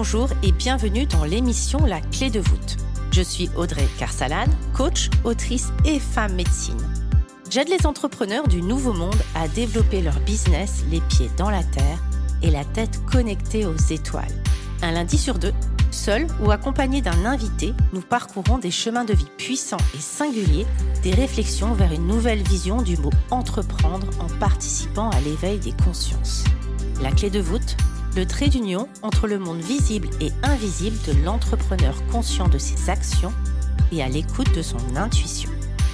Bonjour et bienvenue dans l'émission La Clé de voûte. Je suis Audrey Carsalade, coach, autrice et femme médecine. J'aide les entrepreneurs du nouveau monde à développer leur business les pieds dans la terre et la tête connectée aux étoiles. Un lundi sur deux, seul ou accompagné d'un invité, nous parcourons des chemins de vie puissants et singuliers, des réflexions vers une nouvelle vision du mot entreprendre en participant à l'éveil des consciences. La clé de voûte, le trait d'union entre le monde visible et invisible de l'entrepreneur conscient de ses actions et à l'écoute de son intuition.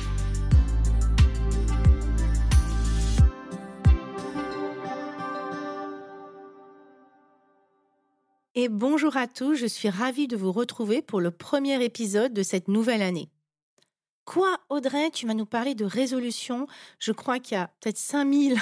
Et bonjour à tous, je suis ravie de vous retrouver pour le premier épisode de cette nouvelle année. Quoi, Audrey, tu vas nous parler de résolution? Je crois qu'il y a peut-être 5000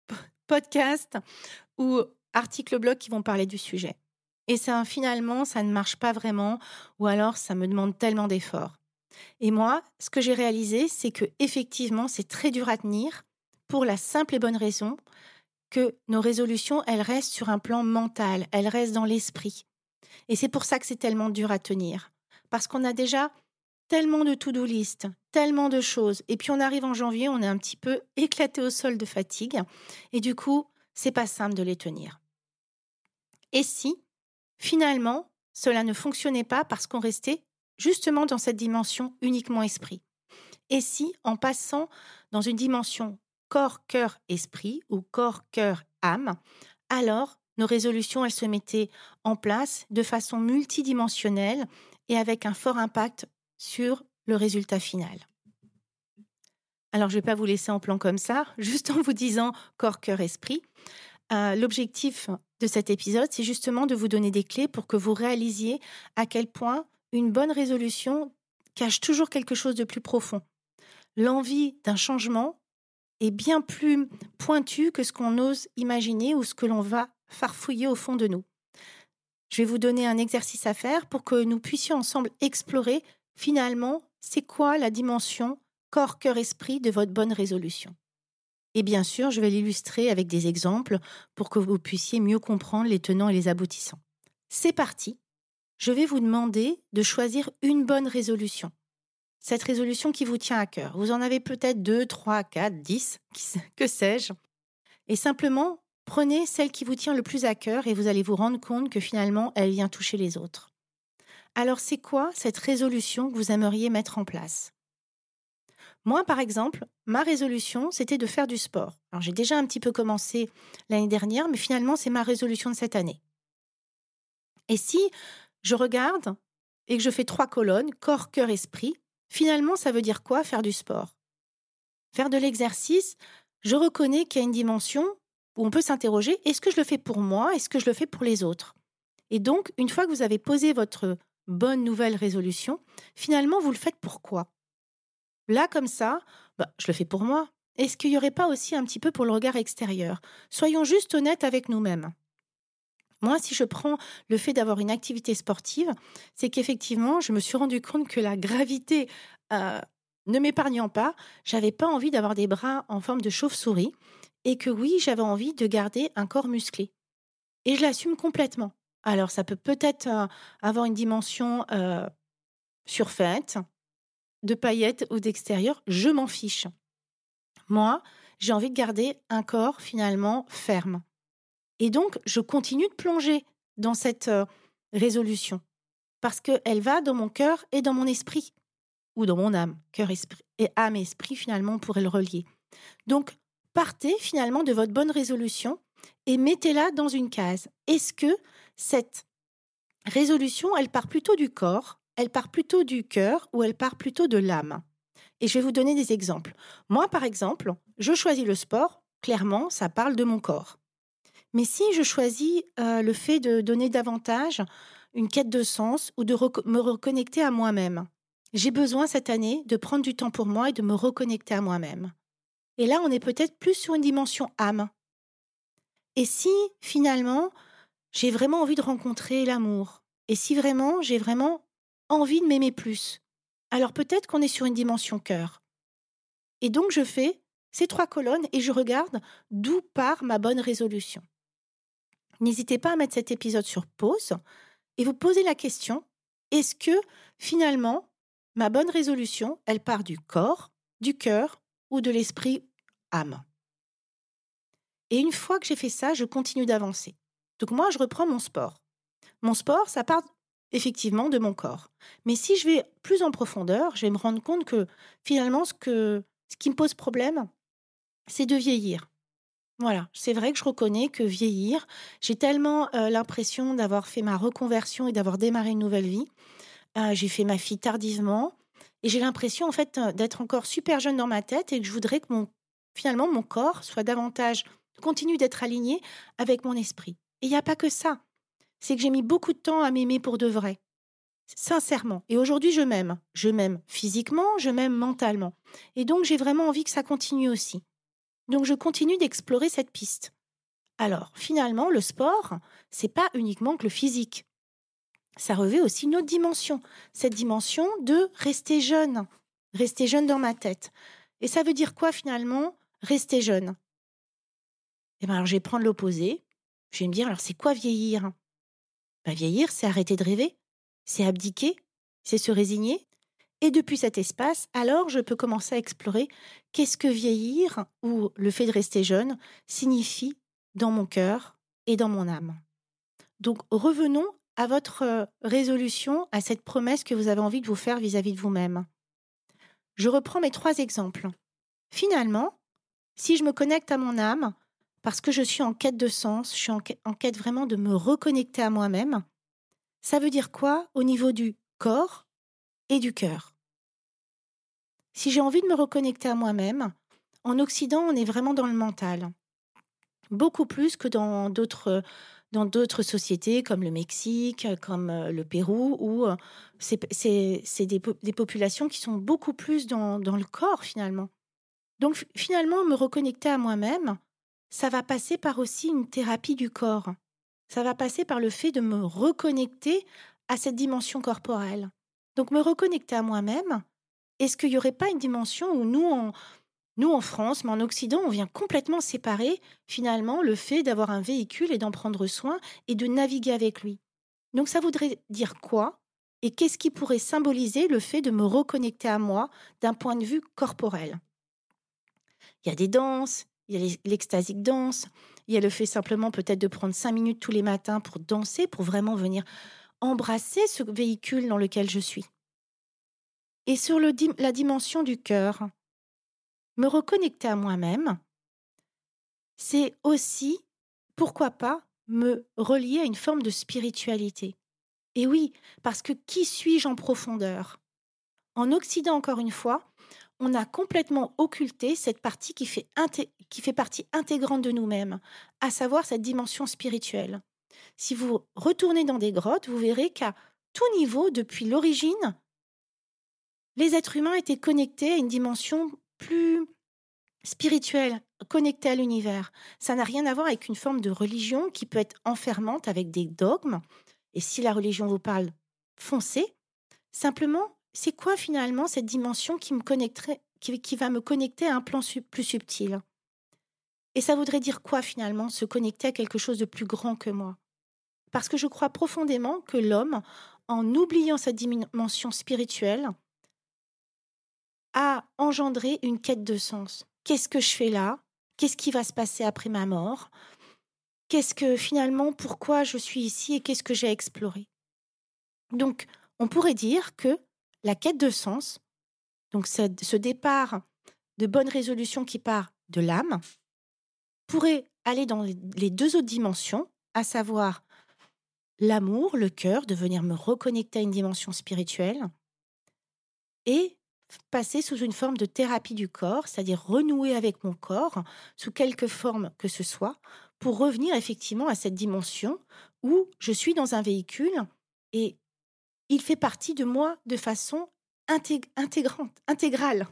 podcasts ou articles blog qui vont parler du sujet. Et ça, finalement, ça ne marche pas vraiment ou alors ça me demande tellement d'efforts. Et moi, ce que j'ai réalisé, c'est que effectivement, c'est très dur à tenir pour la simple et bonne raison que nos résolutions, elles restent sur un plan mental, elles restent dans l'esprit. Et c'est pour ça que c'est tellement dur à tenir. Parce qu'on a déjà tellement de to-do list, tellement de choses. Et puis on arrive en janvier, on est un petit peu éclaté au sol de fatigue. Et du coup, c'est pas simple de les tenir. Et si, finalement, cela ne fonctionnait pas parce qu'on restait justement dans cette dimension uniquement esprit? Et si, en passant dans une dimension corps, cœur, esprit ou corps, cœur, âme, alors nos résolutions, elles se mettaient en place de façon multidimensionnelle et avec un fort impact sur le résultat final. Alors, je ne vais pas vous laisser en plan comme ça, juste en vous disant corps, cœur, esprit. L'objectif de cet épisode, c'est justement de vous donner des clés pour que vous réalisiez à quel point une bonne résolution cache toujours quelque chose de plus profond. L'envie d'un changement est bien plus pointue que ce qu'on ose imaginer ou ce que l'on va farfouiller au fond de nous. Je vais vous donner un exercice à faire pour que nous puissions ensemble explorer finalement c'est quoi la dimension corps, cœur, esprit de votre bonne résolution. Et bien sûr, je vais l'illustrer avec des exemples pour que vous puissiez mieux comprendre les tenants et les aboutissants. C'est parti. Je vais vous demander de choisir une bonne résolution. Cette résolution qui vous tient à cœur. Vous en avez peut-être 2, 3, 4, 10, que sais-je. Et simplement, prenez celle qui vous tient le plus à cœur et vous allez vous rendre compte que finalement, elle vient toucher les autres. Alors, c'est quoi cette résolution que vous aimeriez mettre en place ? Moi, par exemple, ma résolution, c'était de faire du sport. Alors, j'ai déjà un petit peu commencé l'année dernière, mais finalement, c'est ma résolution de cette année. Et si je regarde et que je fais 3 colonnes, corps, cœur, esprit, finalement, ça veut dire quoi, faire du sport ? Faire de l'exercice, je reconnais qu'il y a une dimension où on peut s'interroger, est-ce que je le fais pour moi, est-ce que je le fais pour les autres ? Et donc, une fois que vous avez posé votre bonne nouvelle résolution, finalement, vous le faites pour quoi ? Là, comme ça, je le fais pour moi. Est-ce qu'il n'y aurait pas aussi un petit peu pour le regard extérieur ? Soyons juste honnêtes avec nous-mêmes. Moi, si je prends le fait d'avoir une activité sportive, c'est qu'effectivement, je me suis rendu compte que la gravité ne m'épargnant pas, j'avais pas envie d'avoir des bras en forme de chauve-souris et que oui, j'avais envie de garder un corps musclé. Et je l'assume complètement. Alors, ça peut peut-être avoir une dimension surfaite, de paillettes ou d'extérieur, je m'en fiche. Moi, j'ai envie de garder un corps finalement ferme. Et donc, je continue de plonger dans cette résolution parce qu'elle va dans mon cœur et dans mon esprit ou dans mon âme. Cœur, esprit et âme et esprit, finalement, on pourrait le relier. Donc, partez finalement de votre bonne résolution et mettez-la dans une case. Est-ce que cette résolution, elle part plutôt du corps ? Elle part plutôt du cœur ou elle part plutôt de l'âme. Et je vais vous donner des exemples. Moi, par exemple, je choisis le sport. Clairement, ça parle de mon corps. Mais si je choisis le fait de donner davantage une quête de sens ou de me reconnecter à moi-même, j'ai besoin cette année de prendre du temps pour moi et de me reconnecter à moi-même. Et là, on est peut-être plus sur une dimension âme. Et si, finalement, j'ai vraiment envie de rencontrer l'amour, et si vraiment, j'ai vraiment envie de m'aimer plus, alors peut-être qu'on est sur une dimension cœur. Et donc, je fais ces 3 colonnes et je regarde d'où part ma bonne résolution. N'hésitez pas à mettre cet épisode sur pause et vous posez la question, est-ce que finalement, ma bonne résolution, elle part du corps, du cœur ou de l'esprit âme? Et une fois que j'ai fait ça, je continue d'avancer. Donc moi, je reprends mon sport. Mon sport, ça part effectivement de mon corps. Mais si je vais plus en profondeur, je vais me rendre compte que finalement, ce qui me pose problème, c'est de vieillir. Voilà, c'est vrai que je reconnais que vieillir, j'ai tellement l'impression d'avoir fait ma reconversion et d'avoir démarré une nouvelle vie. J'ai fait ma fille tardivement et j'ai l'impression en fait d'être encore super jeune dans ma tête et que je voudrais que finalement mon corps soit davantage, continue d'être aligné avec mon esprit. Et il n'y a pas que ça, c'est que j'ai mis beaucoup de temps à m'aimer pour de vrai, sincèrement. Et aujourd'hui je m'aime. Je m'aime physiquement, je m'aime mentalement. Et donc j'ai vraiment envie que ça continue aussi. Donc je continue d'explorer cette piste. Alors finalement le sport, c'est pas uniquement que le physique. Ça revêt aussi une autre dimension, cette dimension de rester jeune dans ma tête. Et ça veut dire quoi finalement, rester jeune? Eh bien alors je vais prendre l'opposé, je vais me dire, alors c'est quoi vieillir? Ben, vieillir, c'est arrêter de rêver, c'est abdiquer, c'est se résigner. Et depuis cet espace, alors je peux commencer à explorer qu'est-ce que vieillir ou le fait de rester jeune signifie dans mon cœur et dans mon âme. Donc revenons à votre résolution, à cette promesse que vous avez envie de vous faire vis-à-vis de vous-même. Je reprends mes 3 exemples. Finalement, si je me connecte à mon âme, parce que je suis en quête de sens, je suis en quête vraiment de me reconnecter à moi-même, ça veut dire quoi au niveau du corps et du cœur? Si j'ai envie de me reconnecter à moi-même, en Occident, on est vraiment dans le mental. Beaucoup plus que dans d'autres sociétés comme le Mexique, comme le Pérou, où c'est des populations qui sont beaucoup plus dans le corps finalement. Donc finalement, me reconnecter à moi-même, ça va passer par aussi une thérapie du corps. Ça va passer par le fait de me reconnecter à cette dimension corporelle. Donc me reconnecter à moi-même, est-ce qu'il n'y aurait pas une dimension où nous, en France, mais en Occident, on vient complètement séparer, finalement, le fait d'avoir un véhicule et d'en prendre soin et de naviguer avec lui. Donc, ça voudrait dire quoi? Et qu'est-ce qui pourrait symboliser le fait de me reconnecter à moi d'un point de vue corporel? Il y a des danses, il y a l'extasique danse, il y a le fait simplement peut-être de prendre 5 minutes tous les matins pour danser, pour vraiment venir embrasser ce véhicule dans lequel je suis. Et sur la dimension du cœur, me reconnecter à moi-même, c'est aussi, pourquoi pas, me relier à une forme de spiritualité. Et oui, parce que qui suis-je en profondeur? En Occident, encore une fois, on a complètement occulté cette partie qui fait partie intégrante de nous-mêmes, à savoir cette dimension spirituelle. Si vous retournez dans des grottes, vous verrez qu'à tout niveau, depuis l'origine, les êtres humains étaient connectés à une dimension plus spirituelle, connectée à l'univers. Ça n'a rien à voir avec une forme de religion qui peut être enfermante avec des dogmes. Et si la religion vous parle, foncez. Simplement, c'est quoi finalement cette dimension qui va me connecter à un plan plus subtil? Et ça voudrait dire quoi finalement, se connecter à quelque chose de plus grand que moi? Parce que je crois profondément que l'homme, en oubliant cette dimension spirituelle, a engendré une quête de sens. Qu'est-ce que je fais là? Qu'est-ce qui va se passer après ma mort? Qu'est-ce que finalement, pourquoi je suis ici et qu'est-ce que j'ai à explorer? Donc, on pourrait dire que la quête de sens, donc ce départ de bonne résolution qui part de l'âme, pourrait aller dans les 2 autres dimensions, à savoir l'amour, le cœur, de venir me reconnecter à une dimension spirituelle et passer sous une forme de thérapie du corps, c'est-à-dire renouer avec mon corps sous quelque forme que ce soit, pour revenir effectivement à cette dimension où je suis dans un véhicule et il fait partie de moi de façon intégrale.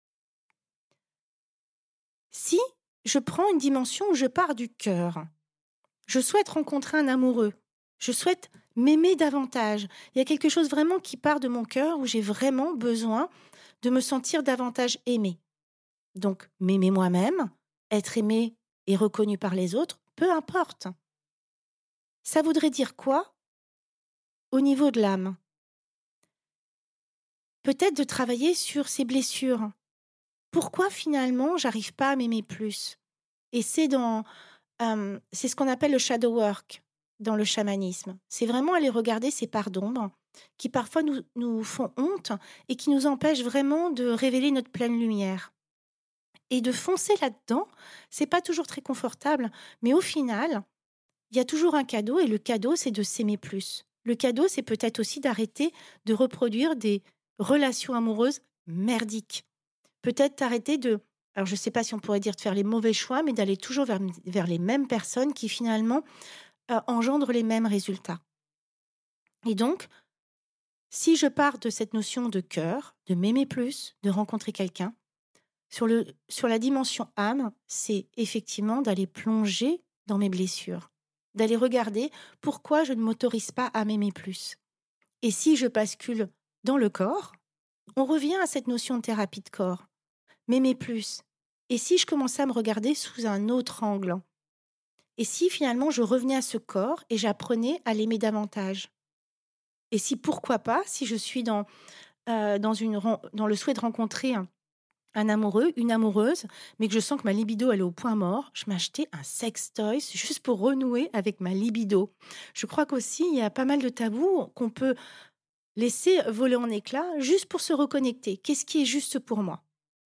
Si je prends une dimension où je pars du cœur, je souhaite rencontrer un amoureux, je souhaite m'aimer davantage. Il y a quelque chose vraiment qui part de mon cœur où j'ai vraiment besoin de me sentir davantage aimée. Donc, m'aimer moi-même, être aimée et reconnue par les autres, peu importe. Ça voudrait dire quoi? au niveau de l'âme. Peut-être de travailler sur ses blessures. Pourquoi finalement j'arrive pas à m'aimer plus? Et c'est ce qu'on appelle le shadow work dans le chamanisme. C'est vraiment aller regarder ces parts d'ombre qui parfois nous font honte et qui nous empêchent vraiment de révéler notre pleine lumière. Et de foncer là-dedans, c'est pas toujours très confortable, mais au final, il y a toujours un cadeau et le cadeau, c'est de s'aimer plus. Le cadeau, c'est peut-être aussi d'arrêter de reproduire des relations amoureuses merdiques. Peut-être t'arrêter alors je ne sais pas si on pourrait dire de faire les mauvais choix, mais d'aller toujours vers les mêmes personnes qui finalement engendrent les mêmes résultats. Et donc, si je pars de cette notion de cœur, de m'aimer plus, de rencontrer quelqu'un, sur la dimension âme, c'est effectivement d'aller plonger dans mes blessures, d'aller regarder pourquoi je ne m'autorise pas à m'aimer plus. Et si je bascule dans le corps, on revient à cette notion de thérapie de corps, m'aimer plus. Et si je commençais à me regarder sous un autre angle? Et si finalement je revenais à ce corps et j'apprenais à l'aimer davantage? Et si pourquoi pas, si je suis dans le souhait de rencontrer un amoureux, une amoureuse, mais que je sens que ma libido elle est au point mort, je m'achetais un sex toy juste pour renouer avec ma libido. Je crois qu'aussi il y a pas mal de tabous qu'on peut laisser voler en éclats juste pour se reconnecter. Qu'est-ce qui est juste pour moi?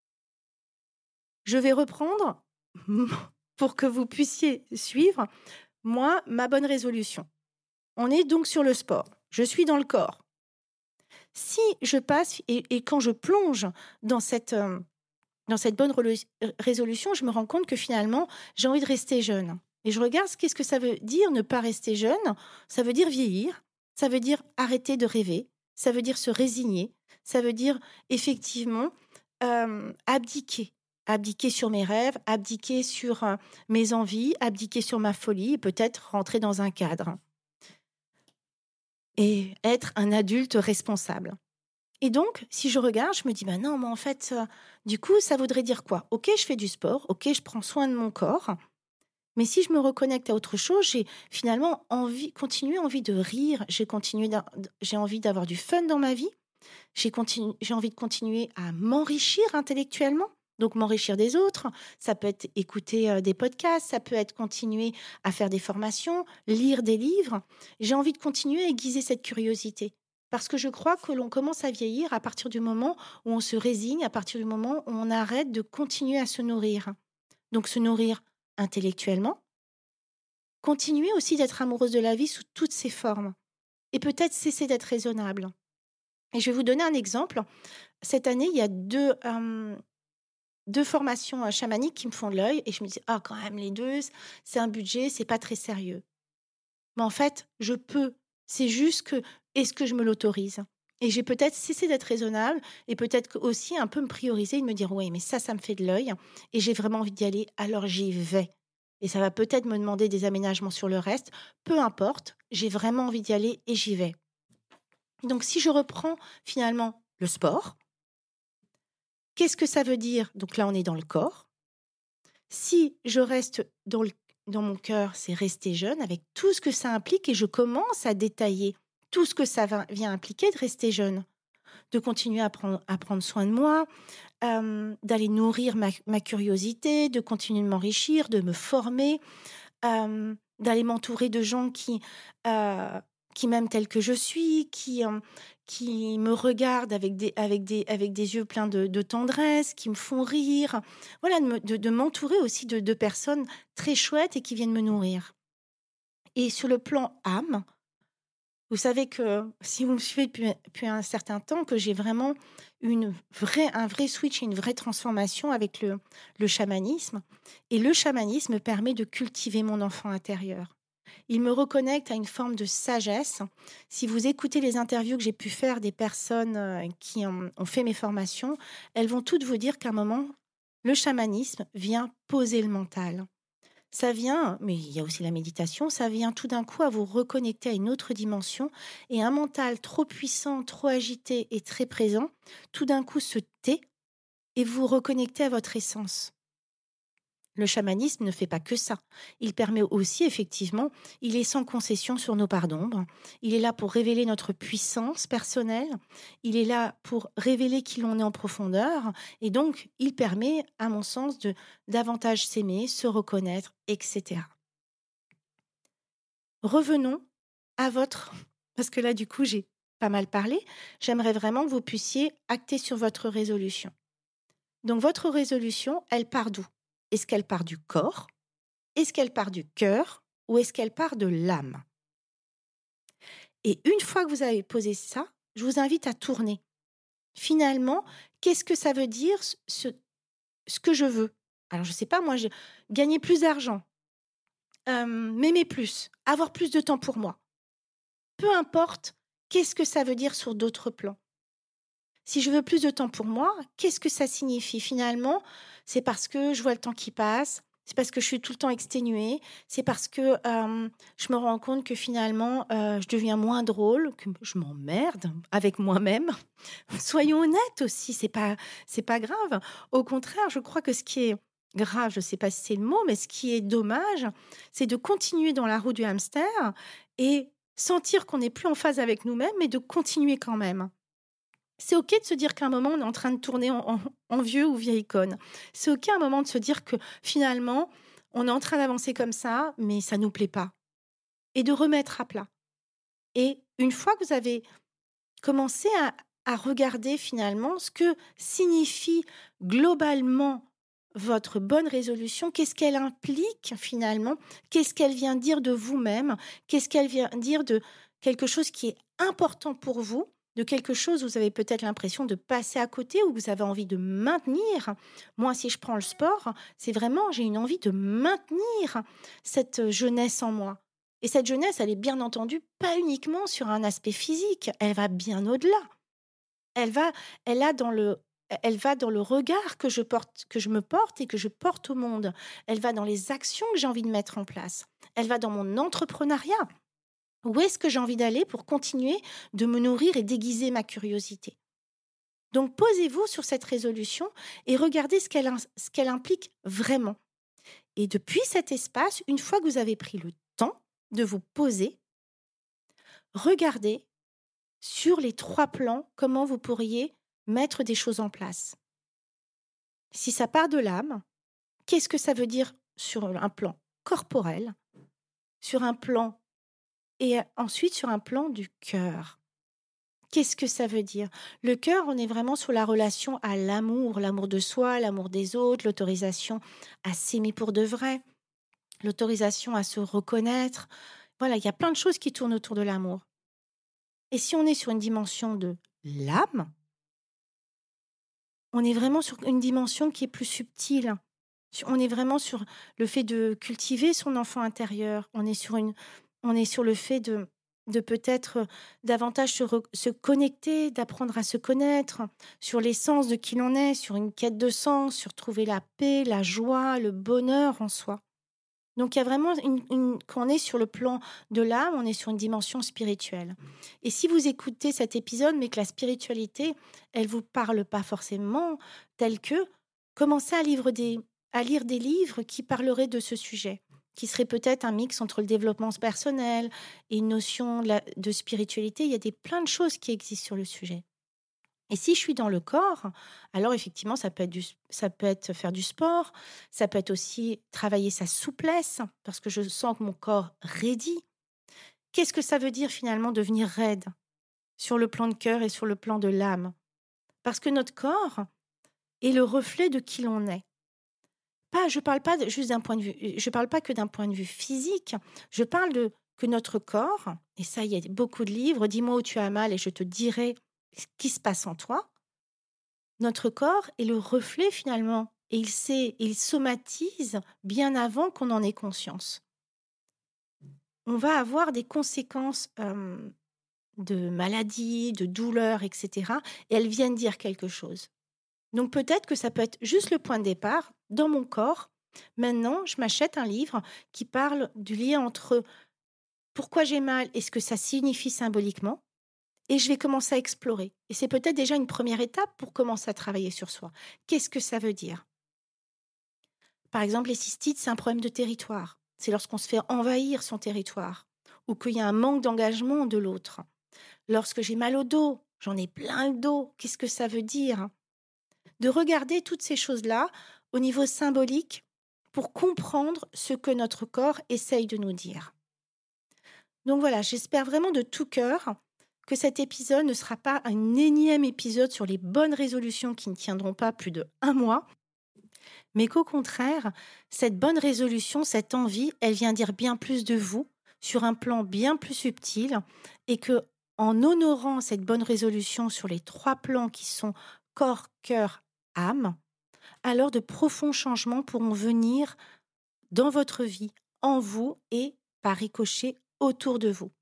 Je vais reprendre pour que vous puissiez suivre, moi, ma bonne résolution. On est donc sur le sport. Je suis dans le corps. Si je passe et quand je plonge dans cette bonne résolution, je me rends compte que finalement, j'ai envie de rester jeune. Et je regarde qu'est-ce que ça veut dire ne pas rester jeune. Ça veut dire vieillir. Ça veut dire arrêter de rêver. Ça veut dire se résigner. Ça veut dire effectivement abdiquer. Abdiquer sur mes rêves, abdiquer sur mes envies, abdiquer sur ma folie et peut-être rentrer dans un cadre. Et être un adulte responsable. Et donc, si je regarde, je me dis, non, mais en fait, du coup, ça voudrait dire quoi? Ok, je fais du sport, ok, je prends soin de mon corps, mais si je me reconnecte à autre chose, j'ai finalement envie de rire, j'ai envie d'avoir du fun dans ma vie, j'ai envie de continuer à m'enrichir intellectuellement, donc m'enrichir des autres. Ça peut être écouter des podcasts, ça peut être continuer à faire des formations, lire des livres. J'ai envie de continuer à aiguiser cette curiosité. Parce que je crois que l'on commence à vieillir à partir du moment où on se résigne, à partir du moment où on arrête de continuer à se nourrir. Donc se nourrir intellectuellement, continuer aussi d'être amoureuse de la vie sous toutes ses formes. Et peut-être cesser d'être raisonnable. Et je vais vous donner un exemple. Cette année, il y a deux formations chamaniques qui me font de l'œil et je me dis, ah, quand même, les deux, c'est un budget, c'est pas très sérieux. Mais en fait, je peux. C'est juste que, est-ce que je me l'autorise? Et j'ai peut-être cessé d'être raisonnable et peut-être aussi un peu me prioriser et me dire, oui, mais ça me fait de l'œil et j'ai vraiment envie d'y aller, alors j'y vais. Et ça va peut-être me demander des aménagements sur le reste. Peu importe, j'ai vraiment envie d'y aller et j'y vais. Donc, si je reprends finalement le sport, qu'est-ce que ça veut dire? Donc là, on est dans le corps. Si je reste dans mon cœur, c'est rester jeune avec tout ce que ça implique et je commence à détailler tout ce que ça vient impliquer de rester jeune, de continuer à prendre soin de moi, d'aller nourrir ma curiosité, de continuer de m'enrichir, de me former, d'aller m'entourer de gens qui m'aiment telle que je suis, qui me regardent avec des yeux pleins de tendresse, qui me font rire. Voilà, de m'entourer aussi de personnes très chouettes et qui viennent me nourrir. Et sur le plan âme, vous savez que si vous me suivez depuis un certain temps, que j'ai vraiment un vrai switch et une vraie transformation avec le chamanisme. Et le chamanisme permet de cultiver mon enfant intérieur. Il me reconnecte à une forme de sagesse. Si vous écoutez les interviews que j'ai pu faire des personnes qui ont fait mes formations, elles vont toutes vous dire qu'à un moment, le chamanisme vient poser le mental. Ça vient, mais il y a aussi la méditation, ça vient tout d'un coup à vous reconnecter à une autre dimension et un mental trop puissant, trop agité et très présent, tout d'un coup se tait et vous reconnectez à votre essence. Le chamanisme ne fait pas que ça. Il permet aussi, effectivement, il est sans concession sur nos parts d'ombre. Il est là pour révéler notre puissance personnelle. Il est là pour révéler qui l'on est en profondeur. Et donc, il permet, à mon sens, de davantage s'aimer, se reconnaître, etc. Revenons à votre... Parce que là, du coup, j'ai pas mal parlé. J'aimerais vraiment que vous puissiez acter sur votre résolution. Donc, votre résolution, elle part d'où? Est-ce qu'elle part du corps? Est-ce qu'elle part du cœur? Ou est-ce qu'elle part de l'âme? Et une fois que vous avez posé ça, je vous invite à tourner. Finalement, qu'est-ce que ça veut dire ce que je veux? Alors, je ne sais pas, moi, gagner plus d'argent, m'aimer plus, avoir plus de temps pour moi. Peu importe, qu'est-ce que ça veut dire sur d'autres plans? Si je veux plus de temps pour moi, qu'est-ce que ça signifie finalement? C'est parce que je vois le temps qui passe, c'est parce que je suis tout le temps exténuée, c'est parce que je me rends compte que finalement je deviens moins drôle, que je m'emmerde avec moi-même. Soyons honnêtes aussi, c'est pas grave. Au contraire, je crois que ce qui est grave, je ne sais pas si c'est le mot, mais ce qui est dommage, c'est de continuer dans la roue du hamster et sentir qu'on n'est plus en phase avec nous-mêmes, mais de continuer quand même. C'est OK de se dire qu'à un moment, on est en train de tourner en vieux ou vieille icône. C'est OK à un moment de se dire que finalement, on est en train d'avancer comme ça, mais ça ne nous plaît pas. Et de remettre à plat. Et une fois que vous avez commencé à regarder finalement ce que signifie globalement votre bonne résolution, qu'est-ce qu'elle implique finalement, qu'est-ce qu'elle vient dire de vous-même, qu'est-ce qu'elle vient dire de quelque chose qui est important pour vous, de quelque chose où vous avez peut-être l'impression de passer à côté ou que vous avez envie de maintenir. Moi, si je prends le sport, c'est vraiment, j'ai une envie de maintenir cette jeunesse en moi. Et cette jeunesse, elle est bien entendu pas uniquement sur un aspect physique, elle va bien au-delà. Elle va, elle a dans le, elle va dans le regard que je porte, que je me porte et que je porte au monde. Elle va dans les actions que j'ai envie de mettre en place. Elle va dans mon entrepreneuriat. Où est-ce que j'ai envie d'aller pour continuer de me nourrir et déguiser ma curiosité? Donc posez-vous sur cette résolution et regardez ce qu'elle implique vraiment. Et depuis cet espace, une fois que vous avez pris le temps de vous poser, regardez sur les 3 plans comment vous pourriez mettre des choses en place. Si ça part de l'âme, qu'est-ce que ça veut dire sur un plan corporel, sur un plan et ensuite sur un plan du cœur? Qu'est-ce que ça veut dire? Le cœur, on est vraiment sur la relation à l'amour de soi, l'amour des autres, l'autorisation à s'aimer pour de vrai, l'autorisation à se reconnaître. Voilà, il y a plein de choses qui tournent autour de l'amour. Et si on est sur une dimension de l'âme, on est vraiment sur une dimension qui est plus subtile. On est vraiment sur le fait de cultiver son enfant intérieur. On est sur le fait de peut-être davantage se connecter, d'apprendre à se connaître, sur l'essence de qui l'on est, sur une quête de sens, sur trouver la paix, la joie, le bonheur en soi. Donc il y a vraiment quand on est sur le plan de l'âme, on est sur une dimension spirituelle. Et si vous écoutez cet épisode, mais que la spiritualité, elle vous parle pas forcément tel que, commencez à lire des livres qui parleraient de ce sujet, qui serait peut-être un mix entre le développement personnel et une notion de spiritualité. Il y a plein de choses qui existent sur le sujet. Et si je suis dans le corps, alors effectivement, ça peut être faire du sport, ça peut être aussi travailler sa souplesse, parce que je sens que mon corps raidit. Qu'est-ce que ça veut dire finalement devenir raide sur le plan de cœur et sur le plan de l'âme? Parce que notre corps est le reflet de qui l'on est. Je parle pas juste d'un point de vue, je parle pas que d'un point de vue physique, je parle que notre corps, et ça, il y a beaucoup de livres, dis-moi où tu as mal et je te dirai ce qui se passe en toi. Notre corps est le reflet finalement et il somatise bien avant qu'on en ait conscience. On va avoir des conséquences de maladies, de douleurs, etc. Et elles viennent dire quelque chose. Donc peut-être que ça peut être juste le point de départ dans mon corps. Maintenant, je m'achète un livre qui parle du lien entre pourquoi j'ai mal et ce que ça signifie symboliquement. Et je vais commencer à explorer. Et c'est peut-être déjà une première étape pour commencer à travailler sur soi. Qu'est-ce que ça veut dire? Par exemple, les cystites, c'est un problème de territoire. C'est lorsqu'on se fait envahir son territoire ou qu'il y a un manque d'engagement de l'autre. Lorsque j'ai mal au dos, j'en ai plein le dos, qu'est-ce que ça veut dire? De regarder toutes ces choses-là au niveau symbolique pour comprendre ce que notre corps essaye de nous dire. Donc voilà, j'espère vraiment de tout cœur que cet épisode ne sera pas un énième épisode sur les bonnes résolutions qui ne tiendront pas plus de 1 mois, mais qu'au contraire, cette bonne résolution, cette envie, elle vient dire bien plus de vous sur un plan bien plus subtil et que en honorant cette bonne résolution sur les 3 plans qui sont corps, cœur, âme, alors de profonds changements pourront venir dans votre vie, en vous et par ricochet autour de vous.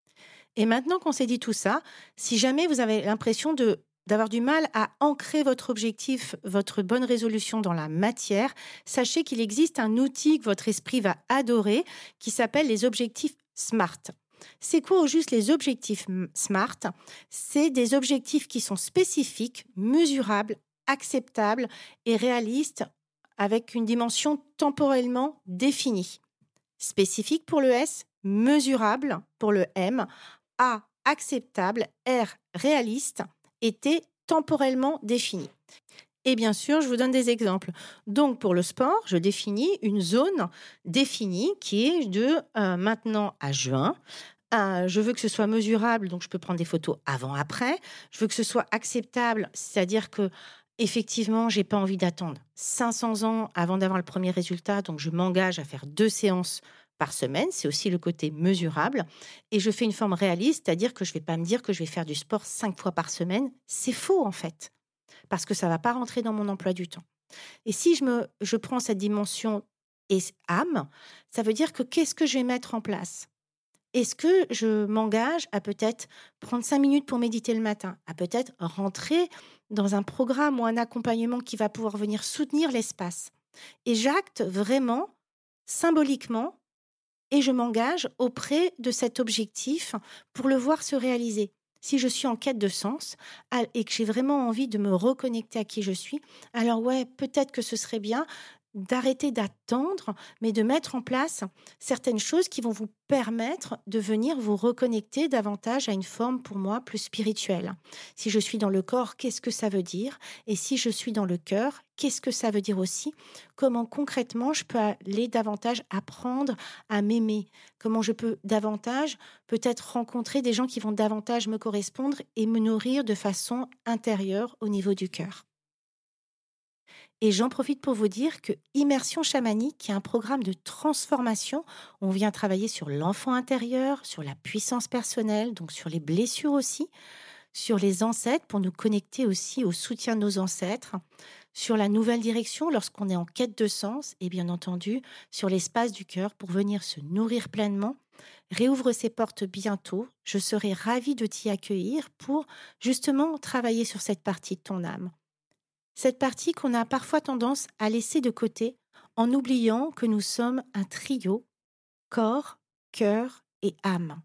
Et maintenant qu'on s'est dit tout ça, si jamais vous avez l'impression d'avoir du mal à ancrer votre objectif, votre bonne résolution dans la matière, sachez qu'il existe un outil que votre esprit va adorer qui s'appelle les objectifs SMART. C'est quoi au juste les objectifs SMART? C'est des objectifs qui sont spécifiques, mesurables, acceptables et réalistes avec une dimension temporellement définie. Spécifique pour le S, mesurable pour le M, A, acceptable, R, réaliste et T, temporellement défini. Et bien sûr, je vous donne des exemples. Donc, pour le sport, je définis une zone définie qui est de maintenant à juin. Je veux que ce soit mesurable, donc je peux prendre des photos avant-après. Je veux que ce soit acceptable, c'est-à-dire que effectivement, je n'ai pas envie d'attendre 500 ans avant d'avoir le premier résultat, donc je m'engage à faire 2 séances par semaine. C'est aussi le côté mesurable. Et je fais une forme réaliste, c'est-à-dire que je ne vais pas me dire que je vais faire du sport 5 fois par semaine. C'est faux, en fait, parce que ça ne va pas rentrer dans mon emploi du temps. Et si je prends cette dimension âme, ça veut dire que qu'est-ce que je vais mettre en place? Est-ce que je m'engage à peut-être prendre 5 minutes pour méditer le matin, à peut-être rentrer dans un programme ou un accompagnement qui va pouvoir venir soutenir l'espace? Et j'acte vraiment, symboliquement, et je m'engage auprès de cet objectif pour le voir se réaliser. Si je suis en quête de sens et que j'ai vraiment envie de me reconnecter à qui je suis, alors ouais, peut-être que ce serait bien d'arrêter d'attendre, mais de mettre en place certaines choses qui vont vous permettre de venir vous reconnecter davantage à une forme, pour moi, plus spirituelle. Si je suis dans le corps, qu'est-ce que ça veut dire? Et si je suis dans le cœur, qu'est-ce que ça veut dire aussi? Comment concrètement je peux aller davantage apprendre à m'aimer? Comment je peux davantage peut-être rencontrer des gens qui vont davantage me correspondre et me nourrir de façon intérieure au niveau du cœur? Et j'en profite pour vous dire que Immersion chamanique, qui est un programme de transformation, on vient travailler sur l'enfant intérieur, sur la puissance personnelle, donc sur les blessures aussi, sur les ancêtres pour nous connecter aussi au soutien de nos ancêtres, sur la nouvelle direction lorsqu'on est en quête de sens et bien entendu sur l'espace du cœur pour venir se nourrir pleinement. Réouvre ses portes bientôt. Je serai ravie de t'y accueillir pour justement travailler sur cette partie de ton âme. Cette partie qu'on a parfois tendance à laisser de côté en oubliant que nous sommes un trio, corps, cœur et âme.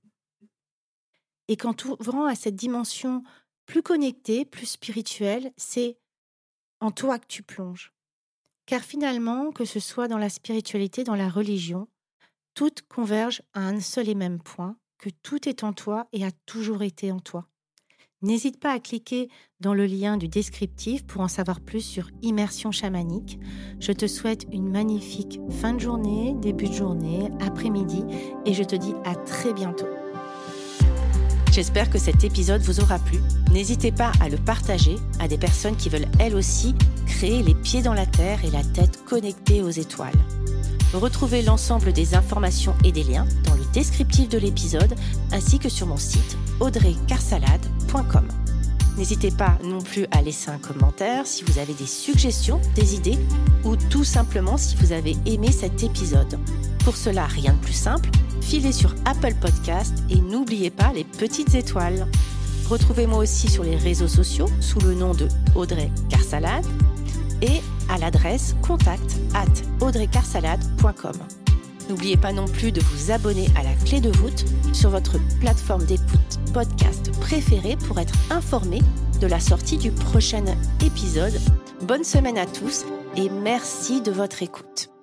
Et qu'en t'ouvrant à cette dimension plus connectée, plus spirituelle, c'est en toi que tu plonges. Car finalement, que ce soit dans la spiritualité, dans la religion, toutes convergent à un seul et même point, que tout est en toi et a toujours été en toi. N'hésite pas à cliquer dans le lien du descriptif pour en savoir plus sur Immersion chamanique. Je te souhaite une magnifique fin de journée, début de journée, après-midi et je te dis à très bientôt. J'espère que cet épisode vous aura plu. N'hésitez pas à le partager à des personnes qui veulent elles aussi créer les pieds dans la terre et la tête connectée aux étoiles. Retrouvez l'ensemble des informations et des liens dans le descriptif de l'épisode ainsi que sur mon site audreycarsalade.com. N'hésitez pas non plus à laisser un commentaire si vous avez des suggestions, des idées ou tout simplement si vous avez aimé cet épisode. Pour cela, rien de plus simple, filez sur Apple Podcast et n'oubliez pas les petites étoiles. Retrouvez-moi aussi sur les réseaux sociaux sous le nom de Audrey Carsalade et à l'adresse contact@audreycarsalade.com. N'oubliez pas non plus de vous abonner à la clé de voûte sur votre plateforme d'écoute podcast préférée pour être informé de la sortie du prochain épisode. Bonne semaine à tous et merci de votre écoute.